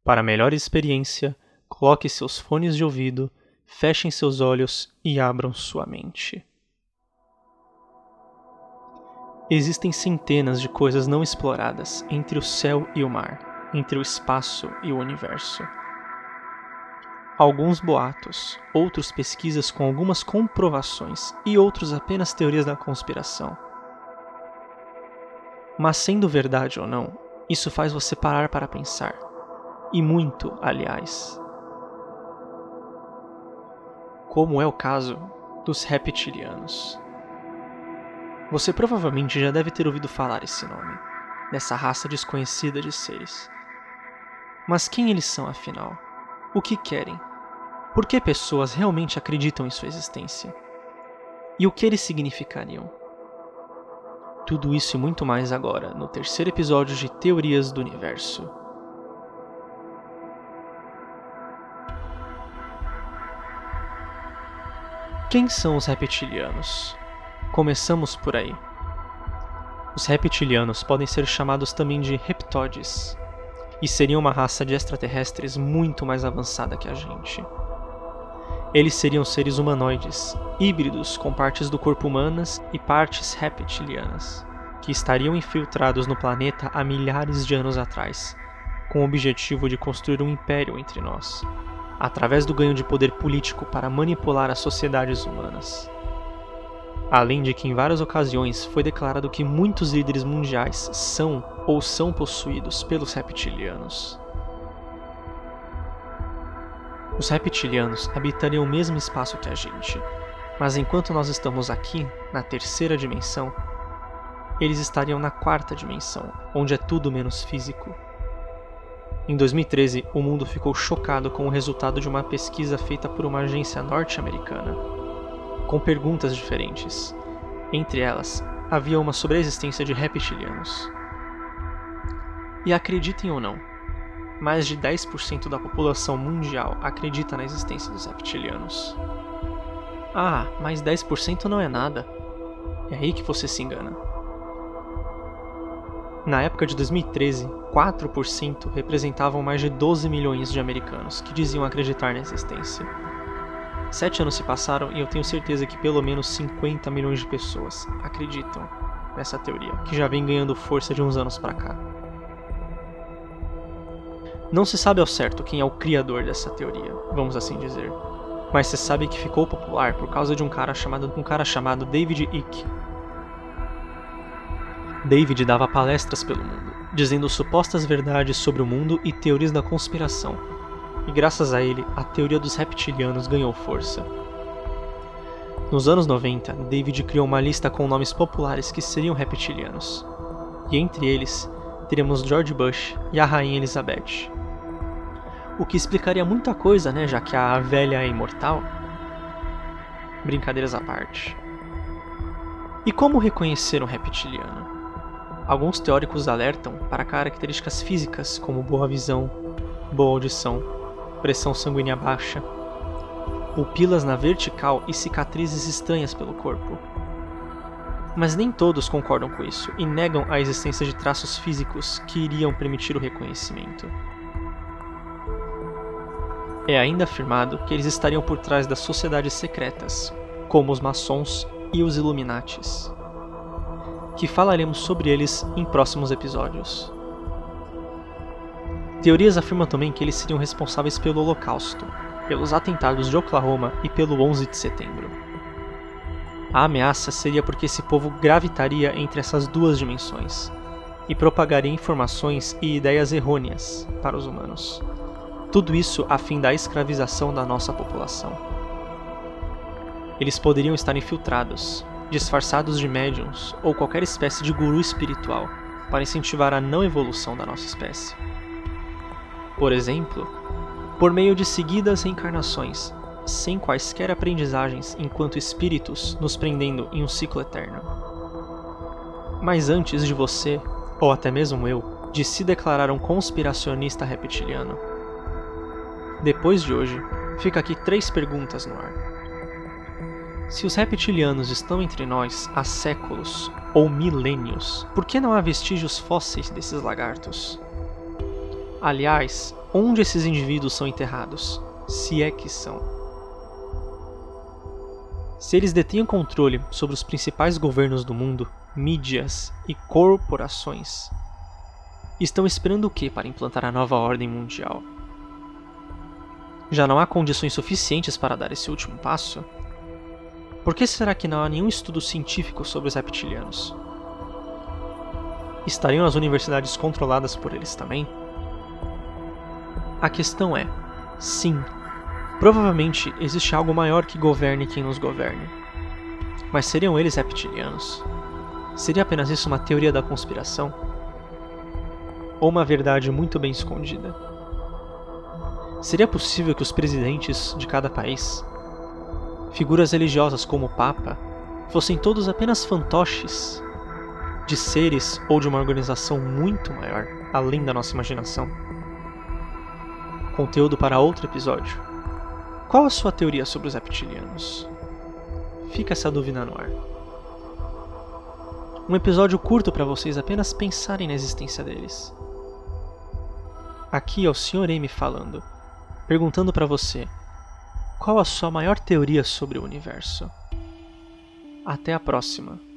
Para melhor experiência, coloque seus fones de ouvido, fechem seus olhos e abram sua mente. Existem centenas de coisas não exploradas entre o céu e o mar, entre o espaço e o universo. Alguns boatos, outros pesquisas com algumas comprovações e outros apenas teorias da conspiração. Mas sendo verdade ou não, isso faz você parar para pensar. E muito, aliás. Como é o caso dos reptilianos. Você provavelmente já deve ter ouvido falar esse nome, dessa raça desconhecida de seres. Mas quem eles são, afinal? O que querem? Por que pessoas realmente acreditam em sua existência? E o que eles significariam? Tudo isso e muito mais agora, no terceiro episódio de Teorias do Universo. Quem são os reptilianos? Começamos por aí. Os reptilianos podem ser chamados também de reptoides, e seriam uma raça de extraterrestres muito mais avançada que a gente. Eles seriam seres humanoides, híbridos com partes do corpo humanas e partes reptilianas, que estariam infiltrados no planeta há milhares de anos atrás, com o objetivo de construir um império entre nós, através do ganho de poder político para manipular as sociedades humanas. Além de que em várias ocasiões foi declarado que muitos líderes mundiais são ou são possuídos pelos reptilianos. Os reptilianos habitariam o mesmo espaço que a gente, mas enquanto nós estamos aqui, na terceira dimensão, eles estariam na quarta dimensão, onde é tudo menos físico. Em 2013, o mundo ficou chocado com o resultado de uma pesquisa feita por uma agência norte-americana, com perguntas diferentes. Entre elas, havia uma sobre a existência de reptilianos. E acreditem ou não, mais de 10% da população mundial acredita na existência dos reptilianos. Ah, mas 10% não é nada. É aí que você se engana. Na época de 2013, 4% representavam mais de 12 milhões de americanos que diziam acreditar na existência. 7 anos se passaram e eu tenho certeza que pelo menos 50 milhões de pessoas acreditam nessa teoria, que já vem ganhando força de uns anos pra cá. Não se sabe ao certo quem é o criador dessa teoria, vamos assim dizer, mas se sabe que ficou popular por causa de um cara chamado David Icke. David dava palestras pelo mundo, dizendo supostas verdades sobre o mundo e teorias da conspiração, e graças a ele, a teoria dos reptilianos ganhou força. Nos anos 90, David criou uma lista com nomes populares que seriam reptilianos, e entre eles, teremos George Bush e a Rainha Elizabeth. O que explicaria muita coisa, né, já que a velha é imortal? Brincadeiras à parte. E como reconhecer um reptiliano? Alguns teóricos alertam para características físicas como boa visão, boa audição, pressão sanguínea baixa, pupilas na vertical e cicatrizes estranhas pelo corpo. Mas nem todos concordam com isso e negam a existência de traços físicos que iriam permitir o reconhecimento. É ainda afirmado que eles estariam por trás das sociedades secretas, como os maçons e os Illuminatis, que falaremos sobre eles em próximos episódios. Teorias afirmam também que eles seriam responsáveis pelo Holocausto, pelos atentados de Oklahoma e pelo 11 de setembro. A ameaça seria porque esse povo gravitaria entre essas duas dimensões e propagaria informações e ideias errôneas para os humanos. Tudo isso a fim da escravização da nossa população. Eles poderiam estar infiltrados, disfarçados de médiums ou qualquer espécie de guru espiritual para incentivar a não evolução da nossa espécie. Por exemplo, por meio de seguidas reencarnações, sem quaisquer aprendizagens enquanto espíritos nos prendendo em um ciclo eterno. Mas antes de você, ou até mesmo eu, de se declarar um conspiracionista reptiliano, depois de hoje, fica aqui 3 perguntas no ar. Se os reptilianos estão entre nós há séculos ou milênios, por que não há vestígios fósseis desses lagartos? Aliás, Onde esses indivíduos são enterrados? Se é que são. Se eles detêm o controle sobre os principais governos do mundo, mídias e corporações, estão esperando o que para implantar a nova ordem mundial? Já não há condições suficientes para dar esse último passo? Por que será que não há nenhum estudo científico sobre os reptilianos? Estariam as universidades controladas por eles também? A questão é, sim, provavelmente existe algo maior que governe quem nos governe. Mas seriam eles reptilianos? Seria apenas isso uma teoria da conspiração? Ou uma verdade muito bem escondida? Seria possível que os presidentes de cada país, figuras religiosas como o Papa, fossem todos apenas fantoches de seres ou de uma organização muito maior, além da nossa imaginação? Conteúdo para outro episódio. Qual a sua teoria sobre os reptilianos? Fica essa dúvida no ar. Um episódio curto para vocês apenas pensarem na existência deles. Aqui é o Sr. M falando, perguntando para você, qual a sua maior teoria sobre o universo? Até a próxima.